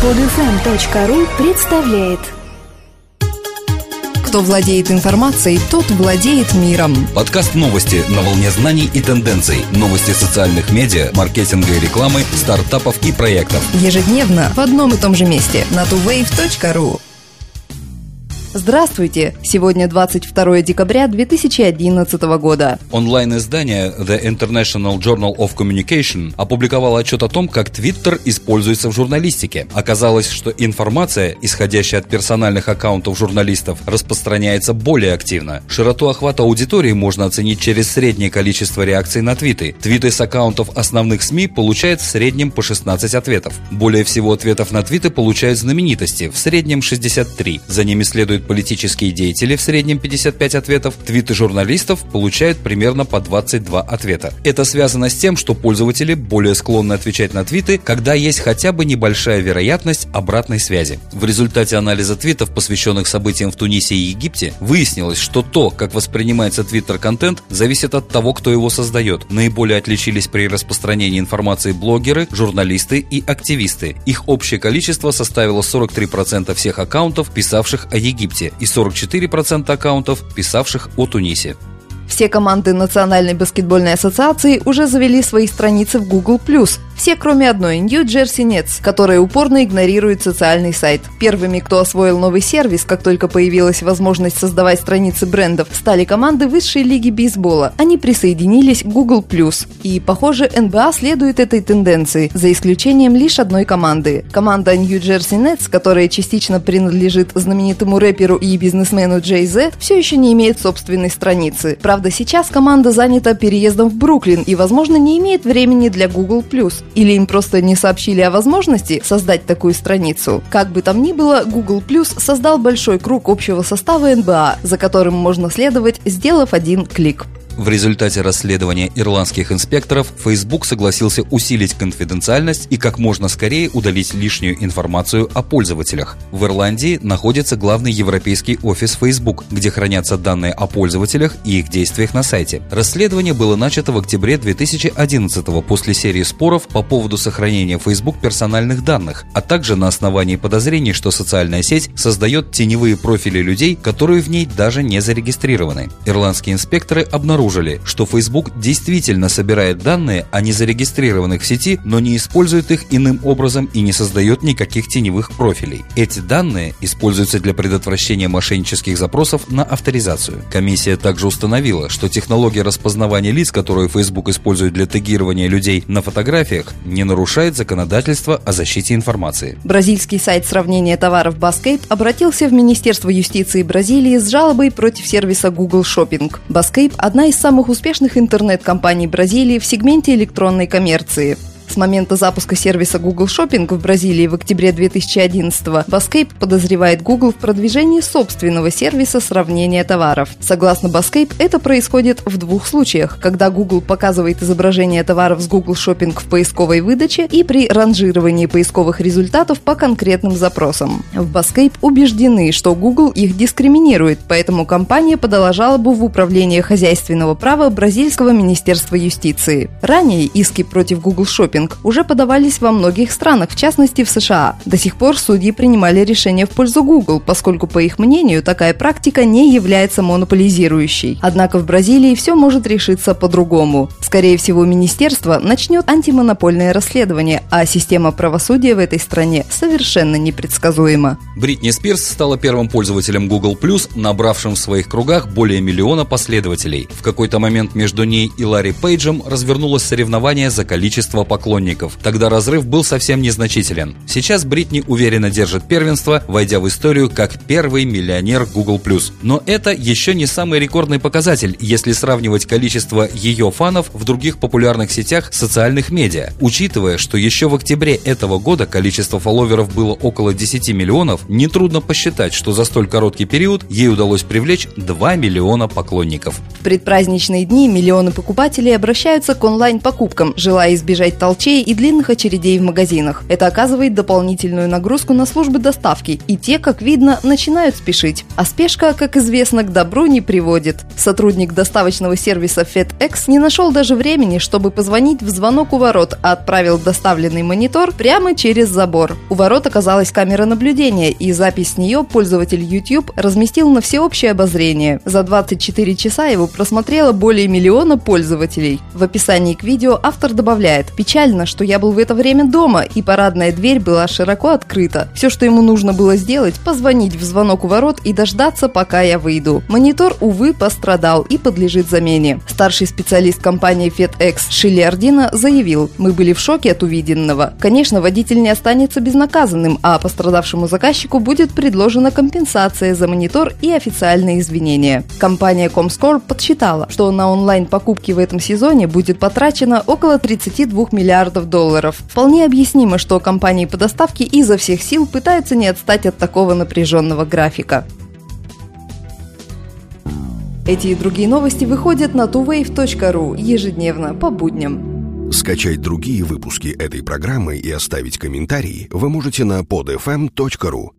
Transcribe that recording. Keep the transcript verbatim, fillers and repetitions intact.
под эф эм точка ру представляет. Кто владеет информацией, тот владеет миром. Подкаст «Новости» на волне знаний и тенденций. Новости социальных медиа, маркетинга и рекламы, стартапов и проектов. Ежедневно в одном и том же месте на ту вейв точка ру. Здравствуйте! Сегодня двадцать второе декабря две тысячи одиннадцатого года. Онлайн-издание The International Journal of Communication опубликовало отчет о том, как Twitter используется в журналистике. Оказалось, что информация, исходящая от персональных аккаунтов журналистов, распространяется более активно. Широту охвата аудитории можно оценить через среднее количество реакций на твиты. Твиты с аккаунтов основных СМИ получают в среднем по шестнадцать ответов. Более всего ответов на твиты получают знаменитости, в среднем шестьдесят три. За ними следует политические деятели, в среднем пятьдесят пять ответов, твиты журналистов получают примерно по двадцать два ответа. Это связано с тем, что пользователи более склонны отвечать на твиты, когда есть хотя бы небольшая вероятность обратной связи. В результате анализа твитов, посвященных событиям в Тунисе и Египте, выяснилось, что то, как воспринимается твиттер-контент, зависит от того, кто его создает. Наиболее отличились при распространении информации блогеры, журналисты и активисты. Их общее количество составило сорок три процента всех аккаунтов, писавших о Египте, и сорок четыре процента аккаунтов, писавших о Тунисе. Все команды Национальной баскетбольной ассоциации уже завели свои страницы в Google плюс. Все, кроме одной, New Jersey Nets, которая упорно игнорирует социальный сайт. Первыми, кто освоил новый сервис, как только появилась возможность создавать страницы брендов, стали команды высшей лиги бейсбола. Они присоединились к Google плюс. И, похоже, эн бэ а следует этой тенденции, за исключением лишь одной команды. Команда New Jersey Nets, которая частично принадлежит знаменитому рэперу и бизнесмену Джей Зи, все еще не имеет собственной страницы. Правда, сейчас команда занята переездом в Бруклин и, возможно, не имеет времени для Google плюс. Или им просто не сообщили о возможности создать такую страницу. Как бы там ни было, Google плюс создал большой круг общего состава эн бэ а, за которым можно следовать, сделав один клик. В результате расследования ирландских инспекторов Facebook согласился усилить конфиденциальность и как можно скорее удалить лишнюю информацию о пользователях. В Ирландии находится главный европейский офис Facebook, где хранятся данные о пользователях и их действиях на сайте. Расследование было начато в октябре две тысячи одиннадцатого после серии споров по поводу сохранения Facebook персональных данных, а также на основании подозрений, что социальная сеть создает теневые профили людей, которые в ней даже не зарегистрированы. Ирландские инспекторы обнаружили, что Facebook действительно собирает данные о незарегистрированных в сети, но не использует их иным образом и не создает никаких теневых профилей. Эти данные используются для предотвращения мошеннических запросов на авторизацию. Комиссия также установила, что технология распознавания лиц, которую Facebook использует для тегирования людей на фотографиях, не нарушает законодательство о защите информации. Бразильский сайт сравнения товаров Bascape обратился в Министерство юстиции Бразилии с жалобой против сервиса Google Shopping. Bascape – одна из самых успешных интернет-компаний Бразилии в сегменте электронной коммерции. С момента запуска сервиса Google Shopping в Бразилии в октябре две тысячи одиннадцатого Bascape подозревает Google в продвижении собственного сервиса сравнения товаров. Согласно Bascape, это происходит в двух случаях: когда Google показывает изображение товаров с Google Shopping в поисковой выдаче и при ранжировании поисковых результатов по конкретным запросам. В Bascape убеждены, что Google их дискриминирует, поэтому компания подала жалобу в Управление хозяйственного права Бразильского министерства юстиции. Ранее иски против Google Shopping уже подавались во многих странах, в частности в США. До сих пор судьи принимали решения в пользу Google, поскольку, по их мнению, такая практика не является монополизирующей. Однако в Бразилии все может решиться по-другому. Скорее всего, министерство начнет антимонопольное расследование, а система правосудия в этой стране совершенно непредсказуема. Бритни Спирс стала первым пользователем Google плюс, набравшим в своих кругах более миллиона последователей. В какой-то момент между ней и Ларри Пейджем развернулось соревнование за количество поклонников. Тогда разрыв был совсем незначителен. Сейчас Бритни уверенно держит первенство, войдя в историю как первый миллионер Google плюс. Но это еще не самый рекордный показатель, если сравнивать количество ее фанов в других популярных сетях социальных медиа. Учитывая, что еще в октябре этого года количество фолловеров было около десять миллионов, нетрудно посчитать, что за столь короткий период ей удалось привлечь два миллиона поклонников. В предпраздничные дни миллионы покупателей обращаются к онлайн-покупкам, желая избежать толпы толчей и длинных очередей в магазинах. Это оказывает дополнительную нагрузку на службы доставки, и те, как видно, начинают спешить. А спешка, как известно, к добру не приводит. Сотрудник доставочного сервиса FedEx не нашел даже времени, чтобы позвонить в звонок у ворот, а отправил доставленный монитор прямо через забор. У ворот оказалась камера наблюдения, и запись с нее пользователь YouTube разместил на всеобщее обозрение. За двадцать четыре часа его просмотрело более миллиона пользователей. В описании к видео автор добавляет: «Печально, что я был в это время дома, и парадная дверь была широко открыта. Все, что ему нужно было сделать, позвонить в звонок у ворот и дождаться, пока я выйду. Монитор, увы, пострадал и подлежит замене». Старший специалист компании FedEx Шилли Ардина заявил: «Мы были в шоке от увиденного. Конечно, водитель не останется безнаказанным, а пострадавшему заказчику будет предложена компенсация за монитор и официальные извинения». Компания Comscore подсчитала, что на онлайн-покупки в этом сезоне будет потрачено около тридцать два миллиардов долларов. Вполне объяснимо, что компании по доставке изо всех сил пытаются не отстать от такого напряженного графика. Эти и другие новости выходят на ту вейв точка ру ежедневно по будням. Скачать другие выпуски этой программы и оставить комментарии вы можете на под эф эм точка ру.